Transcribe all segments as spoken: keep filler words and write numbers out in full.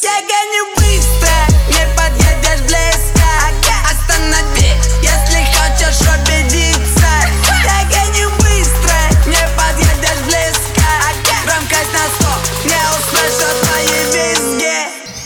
Я гоню быстро, не подъедешь близко. Останови, если хочешь убедиться. Я гоню быстро, не подъедешь близко. Громкость на сто, не услышу твои визги.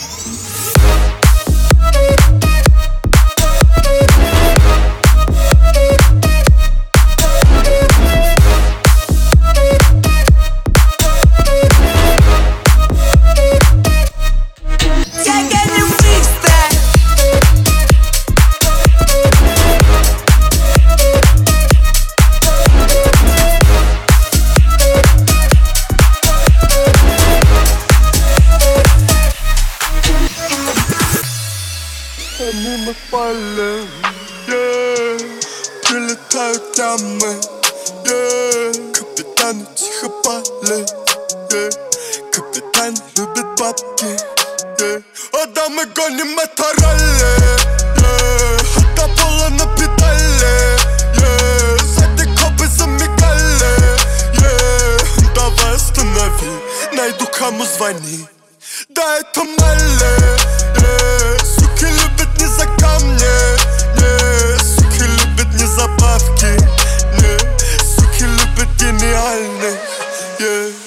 Они мы палим, yeah. Прилетают ямы, yeah. Капитаны тихо палят, yeah. Капитан любит бабки, yeah. А да мы гоним это ралли, yeah. От до пола на педали, yeah. Сзади копы замигали, yeah. Давай останови, найду кому звони. Да это Мали, yeah. Суки любят не за камни, yeah. Суки любят не за бабки, yeah. Суки любят гениальных, yeah.